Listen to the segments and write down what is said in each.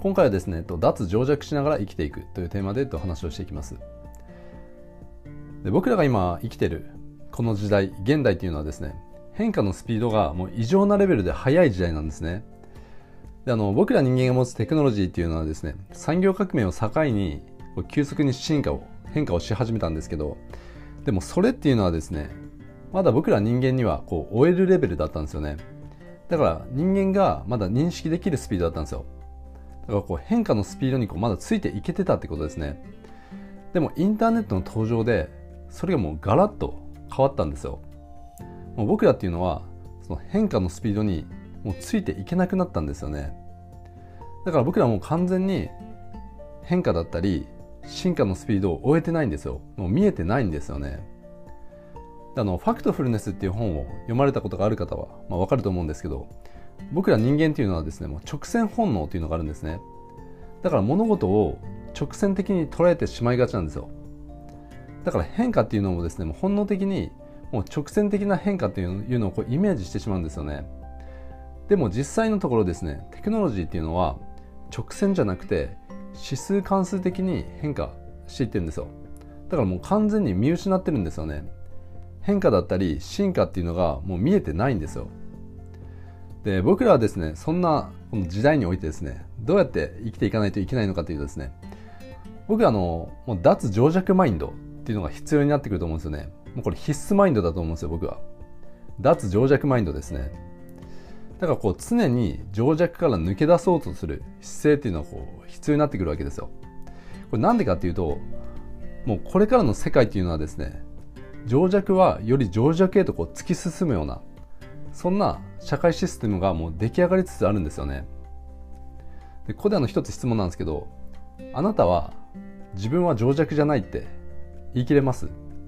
今回はですね、脱情弱しながら生きていくというテーマで話をしていきます。で、僕らが今生きているこの時代、現代というのはですね、変化のスピードがもう異常なレベルで速い時代なんですね。で、僕ら人間が持つテクノロジーというのはですね、産業革命を境に急速に変化をし始めたんですけど、でもそれっていうのはですね、まだ僕ら人間には追えるレベルだったんですよね。だから人間がまだ認識できるスピードだったんですよ。だから変化のスピードにまだついていけてたってことですね。でもインターネットの登場でそれがもうガラッと変わったんですよ。もう僕らっていうのはその変化のスピードにもうついていけなくなったんですよね。だから僕らもう完全に変化だったり進化のスピードを終えてないんですよ。もう見えてないんですよね。ファクトフルネスっていう本を読まれたことがある方は、分かると思うんですけど、僕ら人間っていうのはですね、もう直線本能というのがあるんですね。だから物事を直線的に捉えてしまいがちなんですよ。だから変化っていうのもですね、もう本能的にもう直線的な変化っていうのをイメージしてしまうんですよね。でも実際のところですね、テクノロジーっていうのは直線じゃなくて指数関数的に変化していってるんですよ。だからもう完全に見失ってるんですよね。変化だったり進化っていうのがもう見えてないんですよ。で、僕らはですね、そんなこの時代においてですね、どうやって生きていかないといけないのかというとですね、僕はもう脱情弱マインドっていうのが必要になってくると思うんですよね。もうこれ必須マインドだと思うんですよ、僕は。脱情弱マインドですね。だから常に情弱から抜け出そうとする姿勢っていうのは必要になってくるわけですよ。これなんでかっていうと、もうこれからの世界っていうのはですね、情弱はより情弱へと突き進むような、そんな社会システムがもう出来上がりつつあるんですよね。で、ここで一つ質問なんですけど、あなたは自分は情弱じゃないって言い切れます？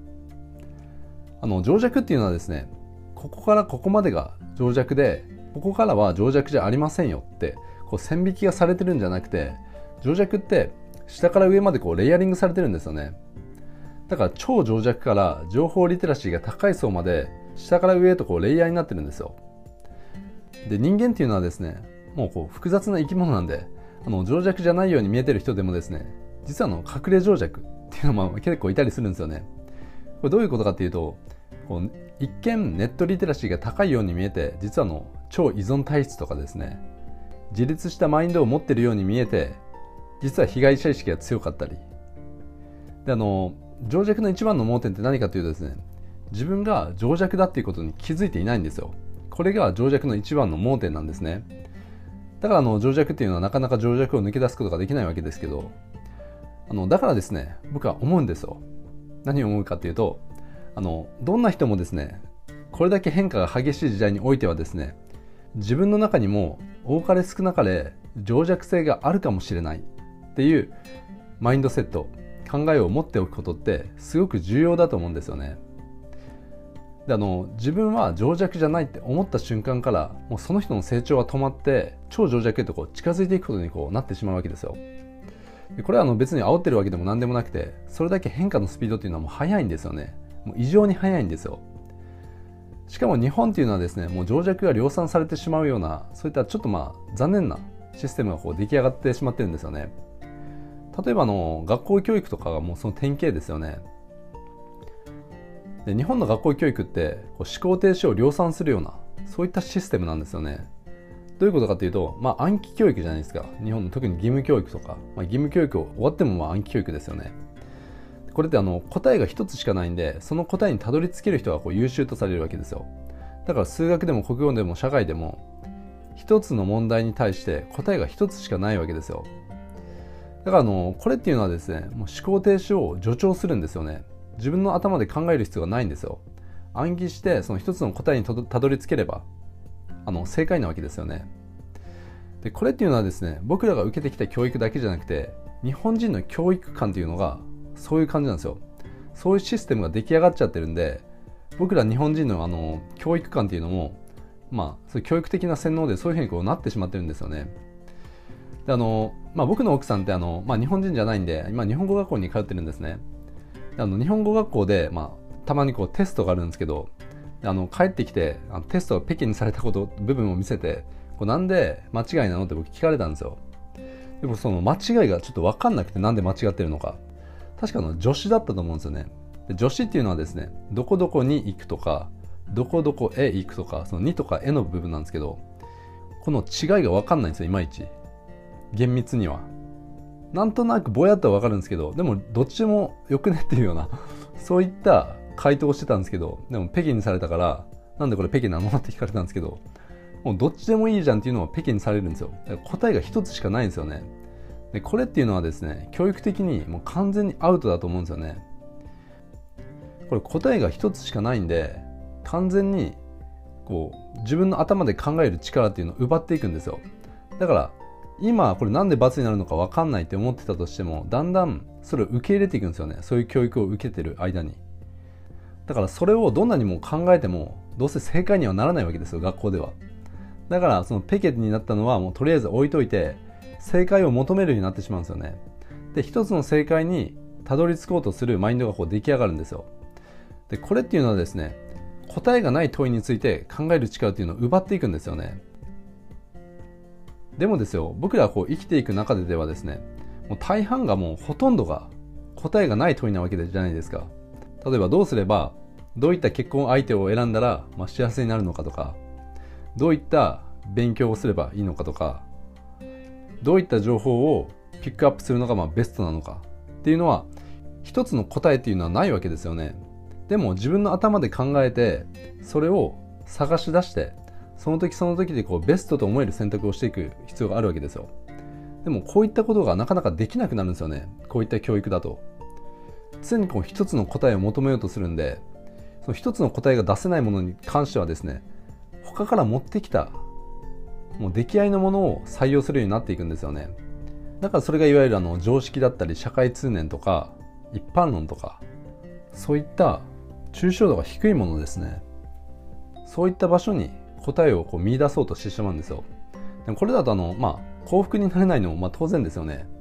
情弱っていうのはですね、ここからここまでが情弱で、ここからは情弱じゃありませんよって線引きがされてるんじゃなくて、情弱って下から上までレイヤリングされてるんですよね。だから超情弱から情報リテラシーが高い層まで下から上へとレイヤーになってるんですよ。で、人間っていうのはですね、もう複雑な生き物なんで、情弱じゃないように見えてる人でもですね、実は隠れ情弱っていうのも結構いたりするんですよね。これどういうことかっていうと、一見ネットリテラシーが高いように見えて、実は超依存体質とかですね、自立したマインドを持ってるように見えて、実は被害者意識が強かったりで、情弱の一番の盲点って何かというとですね、自分が情弱だっていうことに気づいていないんですよ。これが情弱の一番の盲点なんですね。だから情弱っていうのはなかなか情弱を抜け出すことができないわけですけど、だからですね、僕は思うんですよ。何を思うかっていうと、どんな人もですね、これだけ変化が激しい時代においてはですね、自分の中にも多かれ少なかれ情弱性があるかもしれないっていうマインドセット、考えを持っておくことってすごく重要だと思うんですよね。で、自分は情弱じゃないって思った瞬間からもうその人の成長は止まって超情弱へと近づいていくことになってしまうわけですよ。で、これは別に煽ってるわけでも何でもなくて、それだけ変化のスピードっていうのはもう速いんですよね。もう異常に速いんですよ。しかも日本っていうのはですね、もう情弱が量産されてしまうような、そういったちょっと残念なシステムが出来上がってしまってるんですよね。例えば学校教育とかがもうその典型ですよね。で、日本の学校教育って思考停止を量産するような、そういったシステムなんですよね。どういうことかというと、暗記教育じゃないですか。日本の特に義務教育とか、義務教育を終わっても暗記教育ですよね。これって答えが一つしかないんで、その答えにたどり着ける人が優秀とされるわけですよ。だから数学でも国語でも社会でも一つの問題に対して答えが一つしかないわけですよ。だからこれっていうのはですね、もう思考停止を助長するんですよね。自分の頭で考える必要がないんですよ。暗記してその一つの答えにたどり着ければ正解なわけですよね。で、これっていうのはですね、僕らが受けてきた教育だけじゃなくて、日本人の教育観っていうのがそういう感じなんですよ。そういうシステムが出来上がっちゃってるんで、僕ら日本人の教育観っていうのもそういう教育的な洗脳でそういうふうになってしまってるんですよね。で、僕の奥さんって日本人じゃないんで、今日本語学校に通ってるんですね。で、日本語学校でたまにテストがあるんですけど、帰ってきてテストがペケにされた部分を見せて、なんで間違いなのって僕聞かれたんですよ。 でもその間違いがちょっと分かんなくて、なんで間違ってるのか。確か助詞だったと思うんですよね。で助詞っていうのはですね、どこどこに行くとか、どこどこへ行くとか、そのにとかへの部分なんですけど、この違いが分かんないんですよ、いまいち。厳密には。なんとなくぼやっとは分かるんですけど、でもどっちもよくねっていうような、そういった回答をしてたんですけど、でも北京にされたから、なんでこれ北京なのって聞かれたんですけど、もうどっちでもいいじゃんっていうのは北京にされるんですよ。だから答えが一つしかないんですよね。でこれっていうのはですね、教育的にもう完全にアウトだと思うんですよね。これ答えが一つしかないんで、完全にこう自分の頭で考える力っていうのを奪っていくんですよ。だから今これなんで罰になるのか分かんないって思ってたとしても、だんだんそれを受け入れていくんですよね、そういう教育を受けてる間に。だからそれをどんなにも考えてもどうせ正解にはならないわけですよ、学校では。だからそのペケになったのはもうとりあえず置いといて、正解を求めるようになってしまうんですよね。で一つの正解にたどり着こうとするマインドがこう出来上がるんですよ。でこれっていうのはですね、答えがない問いについて考える力っていうのを奪っていくんですよね。でもですよ、僕らこう生きていく中ではですね、もう大半がもうほとんどが答えがない問いなわけじゃないですか。例えばどうすれば、どういった結婚相手を選んだら、幸せになるのかとか、どういった勉強をすればいいのかとか、どういった情報をピックアップするのがベストなのかっていうのは、一つの答えっていうのはないわけですよね。でも自分の頭で考えて、それを探し出して、その時その時でこうベストと思える選択をしていく必要があるわけですよ。でもこういったことがなかなかできなくなるんですよね、こういった教育だと。常にこう一つの答えを求めようとするんで、その一つの答えが出せないものに関してはですね、他から持ってきたもう出来合いのものを採用するようになっていくんですよね。だからそれがいわゆる常識だったり社会通念とか一般論とか、そういった抽象度が低いものですね、そういった場所に答えをこう見出そうとしてしまうんですよ。でもこれだと幸福になれないのも当然ですよね。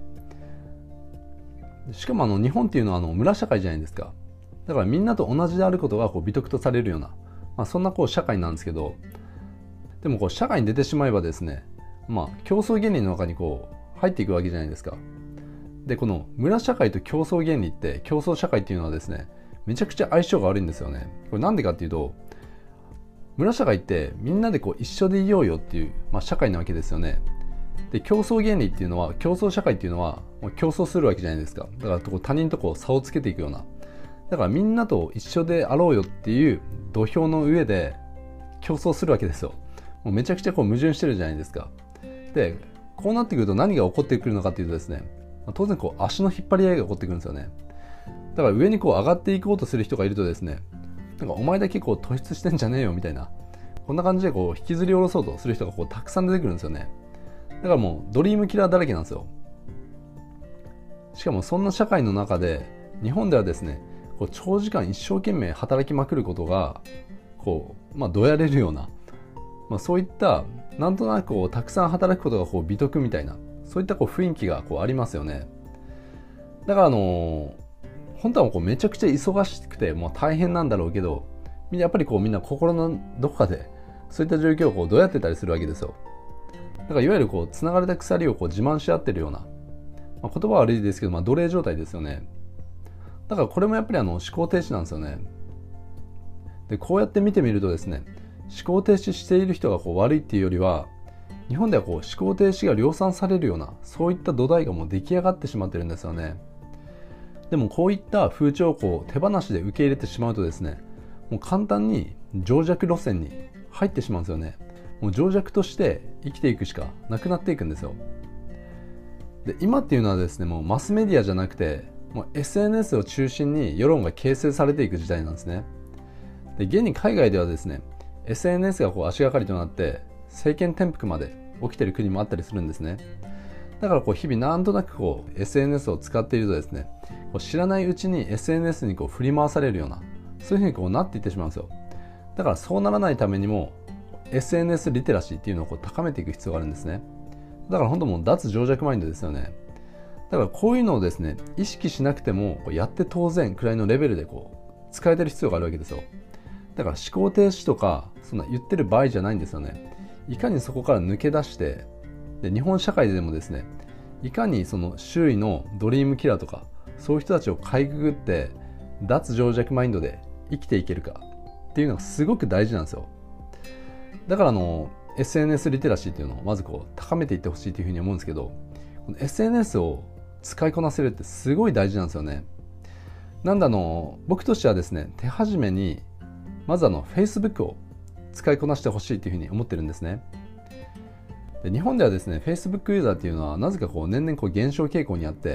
しかも日本っていうのは村社会じゃないですか。だからみんなと同じであることがこう美徳とされるような、そんなこう社会なんですけど、でもこう社会に出てしまえばですね、競争原理の中にこう入っていくわけじゃないですか。でこの村社会と競争原理って競争社会っていうのはですね、めちゃくちゃ相性が悪いんですよね。これなんでかっていうと、村社会ってみんなでこう一緒でいようよっていう、社会なわけですよね。で競争原理っていうのは、競争社会っていうのはもう競争するわけじゃないですか。だからこう他人とこう差をつけていくような、だからみんなと一緒であろうよっていう土俵の上で競争するわけですよ。もうめちゃくちゃこう矛盾してるじゃないですか。でこうなってくると何が起こってくるのかっていうとですね、当然こう足の引っ張り合いが起こってくるんですよね。だから上にこう上がっていこうとする人がいるとですね、なんかお前だけこう突出してんじゃねえよみたいな、こんな感じでこう引きずり下ろそうとする人がこうたくさん出てくるんですよね。だからもうドリームキラーだらけなんですよ。しかもそんな社会の中で日本ではですね、こう長時間一生懸命働きまくることがこうどやれるような、そういったなんとなくこうたくさん働くことがこう美徳みたいな、そういったこう雰囲気がこうありますよね。だから本当はこうめちゃくちゃ忙しくてもう大変なんだろうけど、やっぱりこうみんな心のどこかでそういった状況をこうどうやってたりするわけですよ。だからいわゆるこうつながれた鎖をこう自慢し合ってるような、言葉は悪いですけど、奴隷状態ですよね。だからこれもやっぱり思考停止なんですよね。でこうやって見てみるとですね、思考停止している人がこう悪いっていうよりは、日本ではこう思考停止が量産されるような、そういった土台がもう出来上がってしまってるんですよね。でもこういった風潮をこう手放しで受け入れてしまうとですね、もう簡単に情弱路線に入ってしまうんですよね。もう情弱として生きていくしかなくなっていくんですよ。で今っていうのはですね、もうマスメディアじゃなくてもう SNS を中心に世論が形成されていく時代なんですね。で現に海外ではですね、 SNS がこう足がかりとなって政権転覆まで起きている国もあったりするんですね。だからこう日々なんとなくこう SNS を使っているとですね、こう知らないうちに SNS にこう振り回されるような、そういうふうにこうなっていってしまうんですよ。だからそうならないためにも SNS リテラシーっていうのをこう高めていく必要があるんですね。だから本当もう脱情弱マインドですよね。だからこういうのをですね、意識しなくてもこうやって当然くらいのレベルでこう使えてる必要があるわけですよ。だから思考停止とかそんな言ってる場合じゃないんですよね。いかにそこから抜け出して、で日本社会でもですね、 いかにその周囲のドリームキラーとかそういう人たちをかいくぐって脱情弱マインドで生きていけるかっていうのがすごく大事なんですよ。だからSNS リテラシーっていうのをまず高めていってほしいというふうに思うんですけど、この SNS を使いこなせるってすごい大事なんですよね。なんで僕としてはですね、手始めにまずFacebook を使いこなしてほしいというふうに思ってるんですね。で日本ではですね Facebook ユーザーっていうのはなぜか年々減少傾向にあって、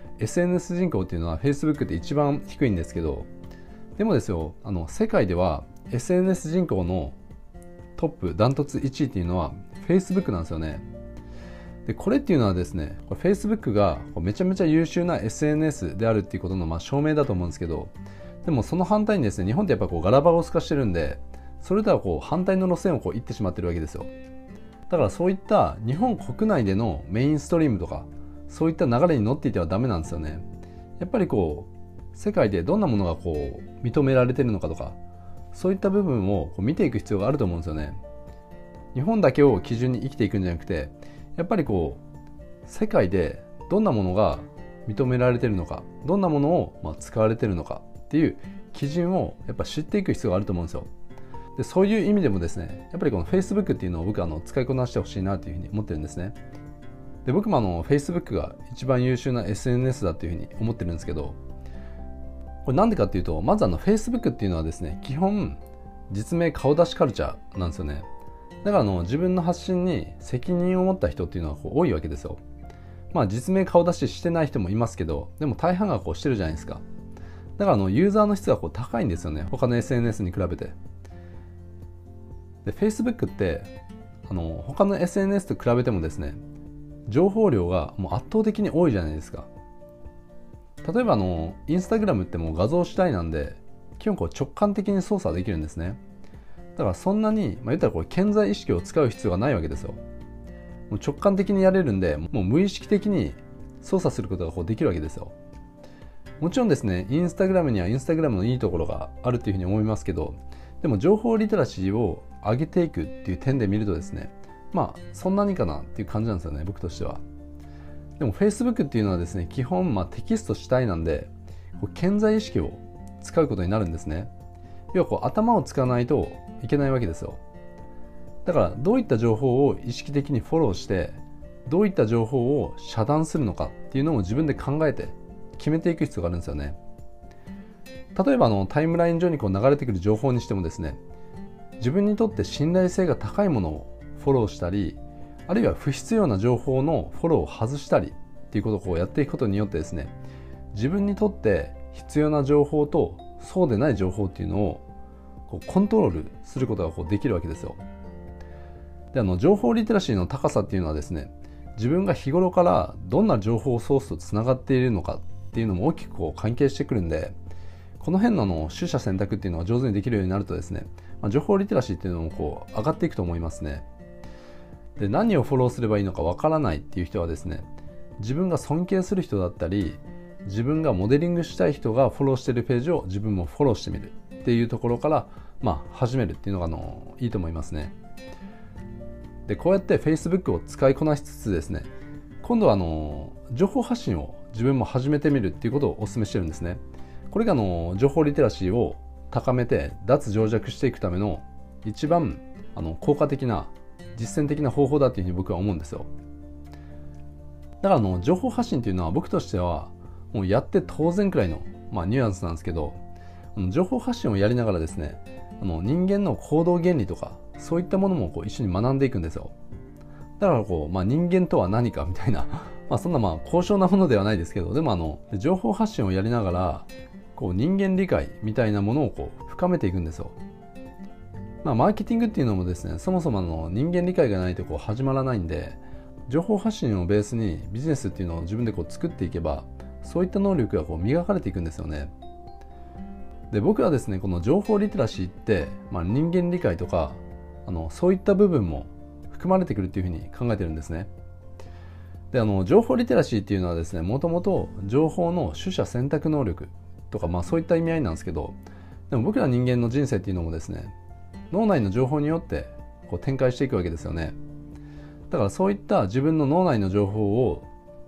SNS 人口っていうのは Facebook って一番低いんですけど、でもですよ、世界では SNS 人口のトップダントツ1位っていうのは Facebook なんですよね。でこれっていうのはですね、Facebook がめちゃめちゃ優秀な SNS であるっていうことの証明だと思うんですけど、でもその反対にですね、日本ってやっぱガラパゴス化してるんで、それとは反対の路線を行ってしまってるわけですよ。だからそういった日本国内でのメインストリームとかそういった流れに乗っていてはダメなんですよね。やっぱり世界でどんなものが認められているのかとか、そういった部分を見ていく必要があると思うんですよね。日本だけを基準に生きていくんじゃなくて、やっぱり世界でどんなものが認められているのか、どんなものを使われているのかっていう基準をやっぱ知っていく必要があると思うんですよ。でそういう意味でもですね、やっぱりFacebook っていうのを僕は使いこなしてほしいなというふうに思ってるんですね。で僕もFacebook が一番優秀な SNS だというふうに思ってるんですけど、これなんでかっていうと、まずFacebook っていうのはですね、基本実名顔出しカルチャーなんですよね。だから自分の発信に責任を持った人っていうのは多いわけですよ。実名顔出ししてない人もいますけど、でも大半がしてるじゃないですか。だからユーザーの質が高いんですよね、他の SNS に比べて。で Facebook って他の SNS と比べてもですね、情報量がもう圧倒的に多いじゃないですか。例えばインスタグラムってもう画像主体なんで、基本直感的に操作できるんですね。だからそんなに、言ったら潜在意識を使う必要がないわけですよ。もう直感的にやれるんで、もう無意識的に操作することができるわけですよ。もちろんですね、インスタグラムにはインスタグラムのいいところがあるというふうに思いますけど、でも情報リテラシーを上げていくっていう点で見るとですね、そんなにかなっていう感じなんですよね、僕としては。でも Facebook っていうのはですね、基本テキスト主体なんで、潜在意識を使うことになるんですね。要は頭を使わないといけないわけですよ。だからどういった情報を意識的にフォローして、どういった情報を遮断するのかっていうのを自分で考えて決めていく必要があるんですよね。例えばタイムライン上に流れてくる情報にしてもですね、自分にとって信頼性が高いものをフォローしたり、あるいは不必要な情報のフォローを外したりっていうことをやっていくことによってですね、自分にとって必要な情報とそうでない情報っていうのをコントロールすることができるわけですよ。で情報リテラシーの高さっていうのはですね、自分が日頃からどんな情報ソースとつながっているのかっていうのも大きく関係してくるんで、この辺の取捨選択っていうのが上手にできるようになるとですね、情報リテラシーっていうのも上がっていくと思いますね。で何をフォローすればいいのかわからないっていう人はですね、自分が尊敬する人だったり、自分がモデリングしたい人がフォローしているページを自分もフォローしてみるっていうところから始めるっていうのがいいと思いますね。でこうやって Facebook を使いこなしつつですね、今度は情報発信を自分も始めてみるっていうことをお勧めしてるんですね。これが情報リテラシーを高めて脱情弱していくための一番効果的な実践的な方法だというふうに僕は思うんですよ。だから情報発信というのは僕としてはもうやって当然くらいの、ニュアンスなんですけど、情報発信をやりながらですね、人間の行動原理とかそういったものも一緒に学んでいくんですよ。だから人間とは何かみたいなそんな高尚なものではないですけど、でも情報発信をやりながら人間理解みたいなものを深めていくんですよ。マーケティングっていうのもですね、そもそも人間理解がないと始まらないんで、情報発信をベースにビジネスっていうのを自分で作っていけば、そういった能力が磨かれていくんですよね。で僕はですね、この情報リテラシーって、人間理解とかそういった部分も含まれてくるっていうふうに考えてるんですね。で情報リテラシーっていうのはですね、もともと情報の取捨選択能力とかそういった意味合いなんですけど、でも僕ら人間の人生っていうのもですね、脳内の情報によって展開していくわけですよね。だからそういった自分の脳内の情報を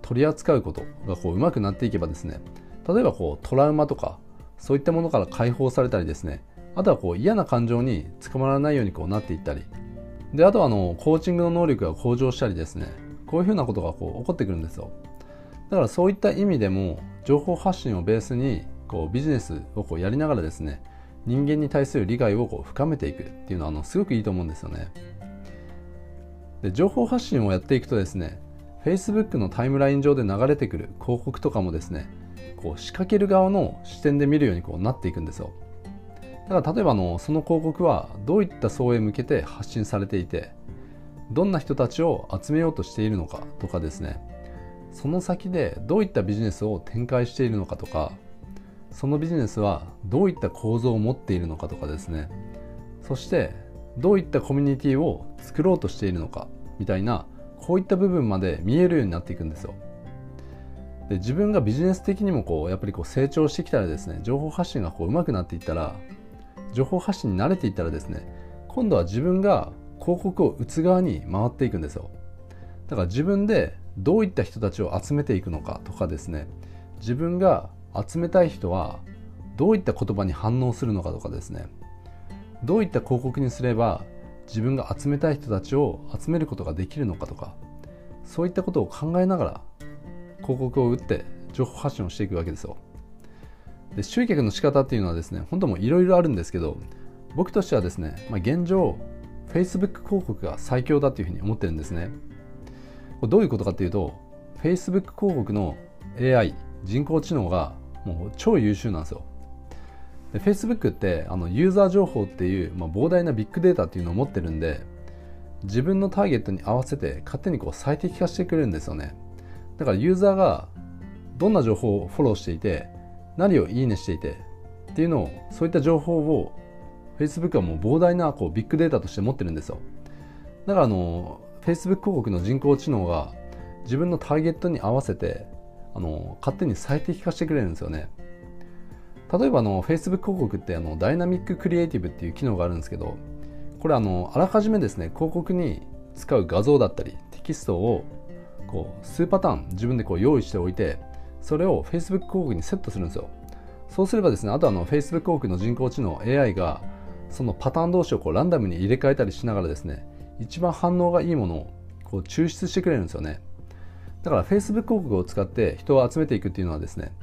取り扱うことがこう上手くなっていけばですね、例えばこうトラウマとかそういったものから解放されたりですね、あとはこう嫌な感情に捕まらないようにこうなっていったりで、あとはコーチングの能力が向上したりですね、こういうふうなことがこう起こってくるんですよ。だからそういった意味でも情報発信をベースにこうビジネスをこうやりながらですね、人間に対する理解をこう深めていくっていうのはすごくいいと思うんですよね。で、情報発信をやっていくとですね、Facebook のタイムライン上で流れてくる広告とかもですね、こう仕掛ける側の視点で見るようにこうなっていくんですよ。だから例えばその広告はどういった層へ向けて発信されていて、どんな人たちを集めようとしているのかとかですね、その先でどういったビジネスを展開しているのかとか、そのビジネスはどういった構造を持っているのかとかですね、そしてどういったコミュニティを作ろうとしているのかみたいな、こういった部分まで見えるようになっていくんですよ。で、自分がビジネス的にもやっぱり成長してきたらですね、情報発信が上手くなっていったら、情報発信に慣れていったらですね、今度は自分が広告を打つ側に回っていくんですよ。だから自分でどういった人たちを集めていくのかとかですね、自分が集めたい人はどういった言葉に反応するのかとかですね、どういった広告にすれば自分が集めたい人たちを集めることができるのかとか、そういったことを考えながら広告を打って情報発信をしていくわけですよ。で、集客の仕方っていうのはですね、本当もいろいろあるんですけど、僕としてはですね、現状 Facebook 広告が最強だというふうに思ってるんですね。これどういうことかっていうと、 Facebook 広告の AI 人工知能がもう超優秀なんですよ。で、 Facebook ってユーザー情報っていう、膨大なビッグデータっていうのを持ってるんで、自分のターゲットに合わせて勝手に最適化してくれるんですよね。だからユーザーがどんな情報をフォローしていて、何をいいねしていてっていうのを、そういった情報を Facebook はもう膨大なビッグデータとして持ってるんですよ。だからFacebook 広告の人工知能が自分のターゲットに合わせて勝手に最適化してくれるんですよね。例えばFacebook 広告ってダイナミッククリエイティブっていう機能があるんですけど、これあらかじめですね、広告に使う画像だったりテキストを数パターン自分で用意しておいて、それを Facebook 広告にセットするんですよ。そうすればですね、あとFacebook 広告の人工知能 AI がそのパターン同士をランダムに入れ替えたりしながらですね、一番反応がいいものを抽出してくれるんですよね。だから Facebook 広告を使って人を集めていくっていうのはですね、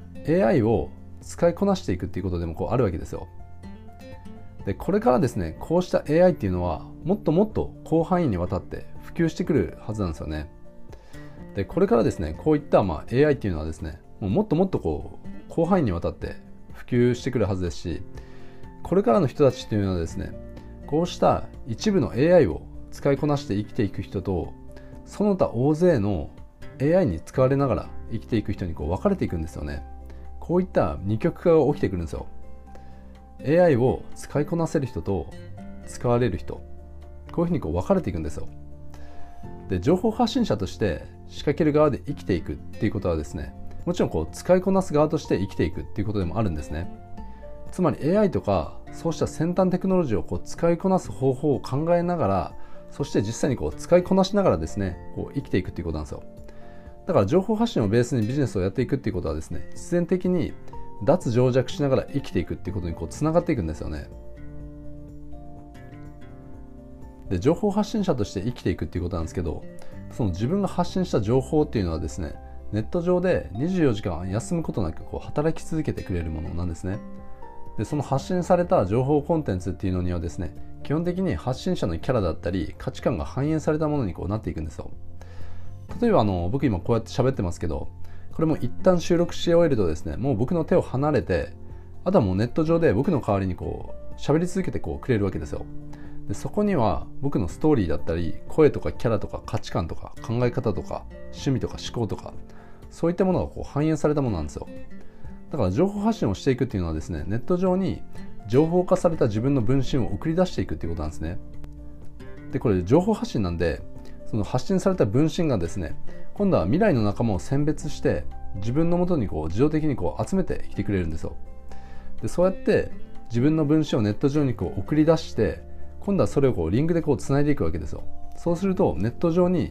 AI を使いこなしていくっていうことでもあるわけですよ。で、これからですね、こうした AI っていうのはもっともっと広範囲にわたって普及してくるはずなんですよね。で、これからですね、こういったAI っていうのはですね、もっともっと広範囲にわたって普及してくるはずですし、これからの人たちっていうのはですね、こうした一部の AI を使いこなして生きていく人と、その他大勢の AI に使われながら生きていく人に分かれていくんですよね。こういった二極化が起きてくるんですよ。 AI を使いこなせる人と使われる人、こういうふうに分かれていくんですよ。で、情報発信者として仕掛ける側で生きていくっていうことはですね、もちろん使いこなす側として生きていくっていうことでもあるんですね。つまり AI とかそうした先端テクノロジーを使いこなす方法を考えながら、そして実際に使いこなしながらですね、生きていくっていうことなんですよ。だから情報発信をベースにビジネスをやっていくっていうことはですね、必然的に脱情弱しながら生きていくっていうことにつながっていくんですよね。で、情報発信者として生きていくっていうことなんですけど、その自分が発信した情報っていうのはですね、ネット上で24時間休むことなく働き続けてくれるものなんですね。で、その発信された情報コンテンツっていうのにはですね、基本的に発信者のキャラだったり価値観が反映されたものになっていくんですよ。例えば僕今こうやって喋ってますけど、これも一旦収録し終えるとですね、もう僕の手を離れて、あとはもうネット上で僕の代わりに喋り続けてくれるわけですよ。で、そこには僕のストーリーだったり声とかキャラとか価値観とか考え方とか趣味とか思考とか、そういったものが反映されたものなんですよ。だから情報発信をしていくっていうのはですね、ネット上に情報化された自分の分身を送り出していくっていうことなんですね。で、これ情報発信なんで、その発信された分身がですね、今度は未来の仲間を選別して自分のもとに自動的に集めてきてくれるんですよ。で、そうやって自分の分身をネット上に送り出して、今度はそれをリンクでつないでいくわけですよ。そうするとネット上に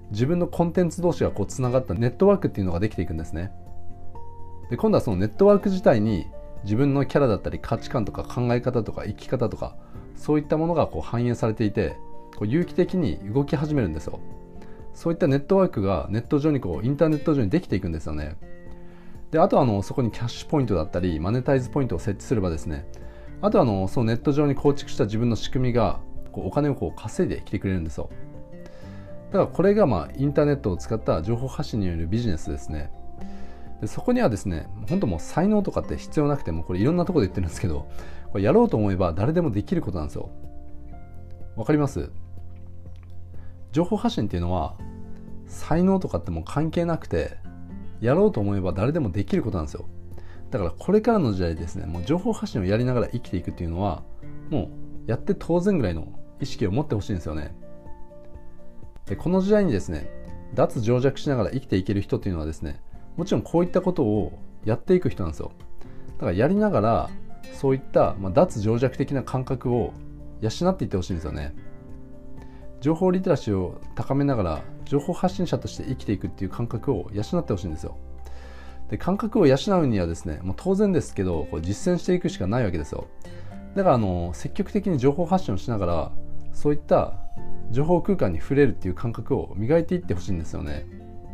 自分のコンテンツ同士がこうつながったネットワークっていうのができていくんですね。で今度はそのネットワーク自体に自分のキャラだったり価値観とか考え方とか生き方とかそういったものがこう反映されていて、こう有機的に動き始めるんですよ。そういったネットワークがネット上にインターネット上にできていくんですよね。であとはそこにキャッシュポイントだったりマネタイズポイントを設置すればですね、あとはそのネット上に構築した自分の仕組みがお金を稼いできてくれるんですよ。だからこれがインターネットを使った情報発信によるビジネスですね。でそこにはですね、本当もう才能とかって必要なくても、これいろんなところで言ってるんですけど、これやろうと思えば誰でもできることなんですよ。わかります？情報発信っていうのは才能とかってもう関係なくて、やろうと思えば誰でもできることなんですよ。だからこれからの時代ですね、もう情報発信をやりながら生きていくっていうのはもうやって当然ぐらいの意識を持ってほしいんですよね。でこの時代にですね、脱情弱しながら生きていける人っていうのはですね、もちろんこういったことをやっていく人なんですよ。だからやりながらそういった脱情弱的な感覚を養っていってほしいんですよね。情報リテラシーを高めながら情報発信者として生きていくっていう感覚を養ってほしいんですよ。で感覚を養うにはですね、もう当然ですけど実践していくしかないわけですよ。だから積極的に情報発信をしながらそういった情報空間に触れるっていう感覚を磨いていってほしいんですよね。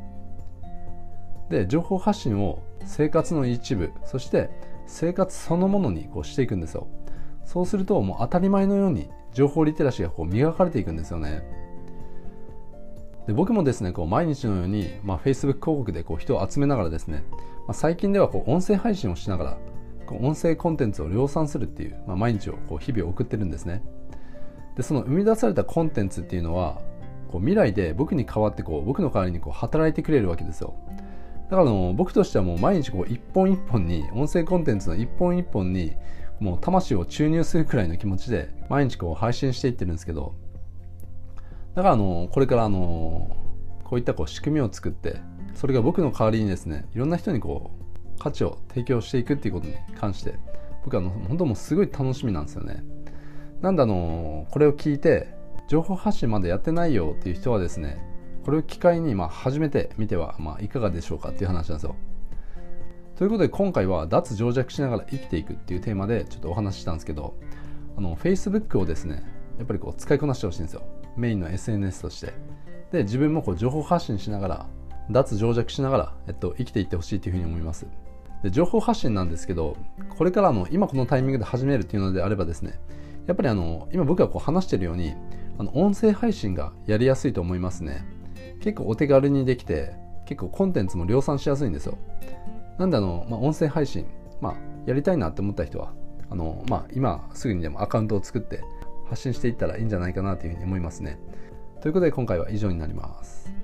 で情報発信を生活の一部、そして生活そのものにしていくんですよ。そうするともう当たり前のように情報リテラシーが磨かれていくんですよね。で僕もですね毎日のように、Facebook 広告で人を集めながらですね、最近では音声配信をしながら音声コンテンツを量産するっていう、毎日を日々送ってるんですね。でその生み出されたコンテンツっていうのは未来で僕に代わって僕の代わりに働いてくれるわけですよ。だから僕としてはもう毎日一本一本に、音声コンテンツの一本一本にもう魂を注入するくらいの気持ちで毎日配信していってるんですけど、だからこれからこういった仕組みを作って、それが僕の代わりにですね、いろんな人に価値を提供していくっていうことに関して僕は本当もうすごい楽しみなんですよね。なんでこれを聞いて情報発信まだやってないよっていう人はですね、これを機会に始めてみてはいかがでしょうかっていう話なんですよ。ということで今回は脱情弱しながら生きていくっていうテーマでちょっとお話ししたんですけど、Facebook をですねやっぱり使いこなしてほしいんですよ。メインの SNS として。で自分も情報発信しながら脱情弱しながら、生きていってほしいというふうに思います。で情報発信なんですけど、これから今このタイミングで始めるっていうのであればですね、やっぱり今僕が話しているように音声配信がやりやすいと思いますね。結構お手軽にできて、結構コンテンツも量産しやすいんですよ。なんで音声配信、やりたいなって思った人は今すぐにでもアカウントを作って発信していったらいいんじゃないかなというふうに思いますね。ということで今回は以上になります。